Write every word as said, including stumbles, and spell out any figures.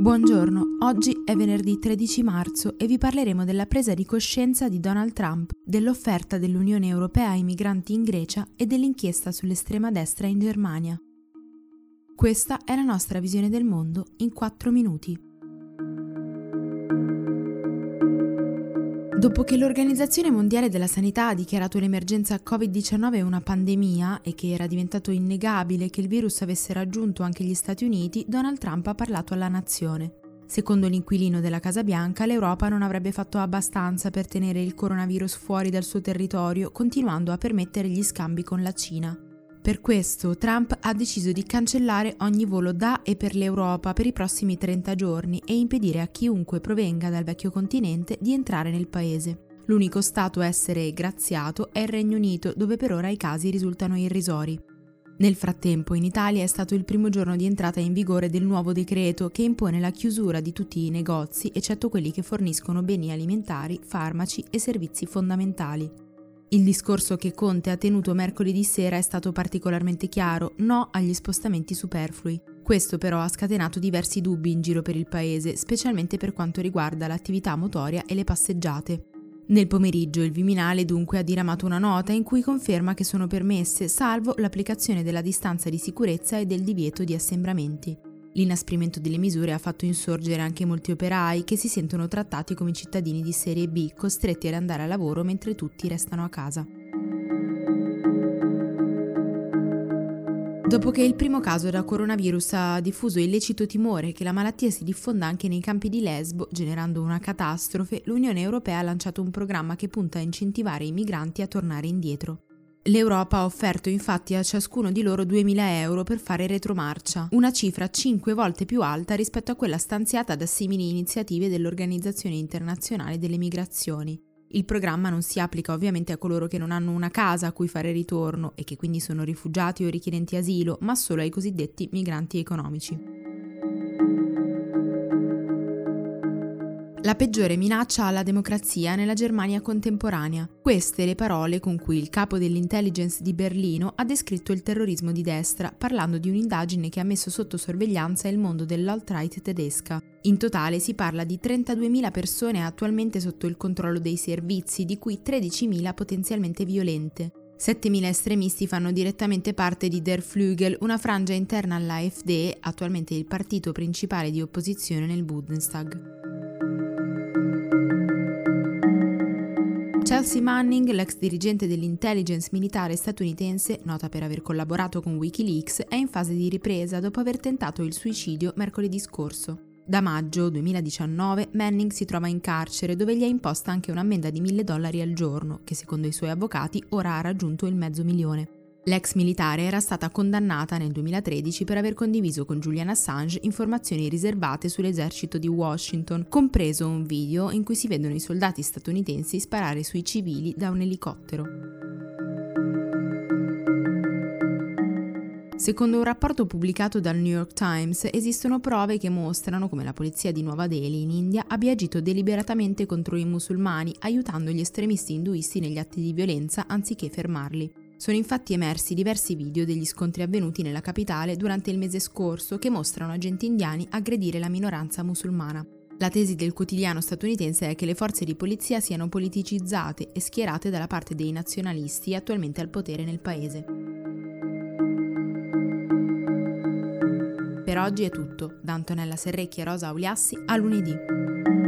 Buongiorno, oggi è venerdì tredici marzo e vi parleremo della presa di coscienza di Donald Trump, dell'offerta dell'Unione Europea ai migranti in Grecia e dell'inchiesta sull'estrema destra in Germania. Questa è la nostra visione del mondo in quattro minuti. Dopo che l'Organizzazione Mondiale della Sanità ha dichiarato l'emergenza covid diciannove una pandemia e che era diventato innegabile che il virus avesse raggiunto anche gli Stati Uniti, Donald Trump ha parlato alla nazione. Secondo l'inquilino della Casa Bianca, l'Europa non avrebbe fatto abbastanza per tenere il coronavirus fuori dal suo territorio, continuando a permettere gli scambi con la Cina. Per questo, Trump ha deciso di cancellare ogni volo da e per l'Europa per i prossimi trenta giorni e impedire a chiunque provenga dal vecchio continente di entrare nel paese. L'unico stato a essere graziato è il Regno Unito, dove per ora i casi risultano irrisori. Nel frattempo, in Italia è stato il primo giorno di entrata in vigore del nuovo decreto che impone la chiusura di tutti i negozi, eccetto quelli che forniscono beni alimentari, farmaci e servizi fondamentali. Il discorso che Conte ha tenuto mercoledì sera è stato particolarmente chiaro, no agli spostamenti superflui. Questo però ha scatenato diversi dubbi in giro per il paese, specialmente per quanto riguarda l'attività motoria e le passeggiate. Nel pomeriggio il Viminale dunque ha diramato una nota in cui conferma che sono permesse, salvo l'applicazione della distanza di sicurezza e del divieto di assembramenti. L'inasprimento delle misure ha fatto insorgere anche molti operai che si sentono trattati come cittadini di serie B, costretti ad andare a lavoro mentre tutti restano a casa. Dopo che il primo caso da coronavirus ha diffuso il lecito timore che la malattia si diffonda anche nei campi di Lesbo, generando una catastrofe, l'Unione Europea ha lanciato un programma che punta a incentivare i migranti a tornare indietro. L'Europa ha offerto infatti a ciascuno di loro duemila euro per fare retromarcia, una cifra cinque volte più alta rispetto a quella stanziata da simili iniziative dell'Organizzazione Internazionale delle Migrazioni. Il programma non si applica ovviamente a coloro che non hanno una casa a cui fare ritorno e che quindi sono rifugiati o richiedenti asilo, ma solo ai cosiddetti migranti economici. La peggiore minaccia alla democrazia nella Germania contemporanea. Queste le parole con cui il capo dell'intelligence di Berlino ha descritto il terrorismo di destra, parlando di un'indagine che ha messo sotto sorveglianza il mondo dell'alt-right tedesca. In totale si parla di trentaduemila persone attualmente sotto il controllo dei servizi, di cui tredicimila potenzialmente violente. settemila estremisti fanno direttamente parte di Der Flügel, una frangia interna all'A F D, attualmente il partito principale di opposizione nel Bundestag. Chelsea Manning, l'ex dirigente dell'intelligence militare statunitense, nota per aver collaborato con Wikileaks, è in fase di ripresa dopo aver tentato il suicidio mercoledì scorso. Da maggio duemiladiciannove Manning si trova in carcere, dove gli è imposta anche un'ammenda di mille dollari al giorno, che secondo i suoi avvocati ora ha raggiunto il mezzo milione. L'ex militare era stata condannata nel duemilatredici per aver condiviso con Julian Assange informazioni riservate sull'esercito di Washington, compreso un video in cui si vedono i soldati statunitensi sparare sui civili da un elicottero. Secondo un rapporto pubblicato dal New York Times, esistono prove che mostrano come la polizia di Nuova Delhi in India abbia agito deliberatamente contro i musulmani, aiutando gli estremisti induisti negli atti di violenza anziché fermarli. Sono infatti emersi diversi video degli scontri avvenuti nella capitale durante il mese scorso che mostrano agenti indiani aggredire la minoranza musulmana. La tesi del quotidiano statunitense è che le forze di polizia siano politicizzate e schierate dalla parte dei nazionalisti attualmente al potere nel paese. Per oggi è tutto. Da Antonella Serrecchi e Rosa Auliassi, a lunedì.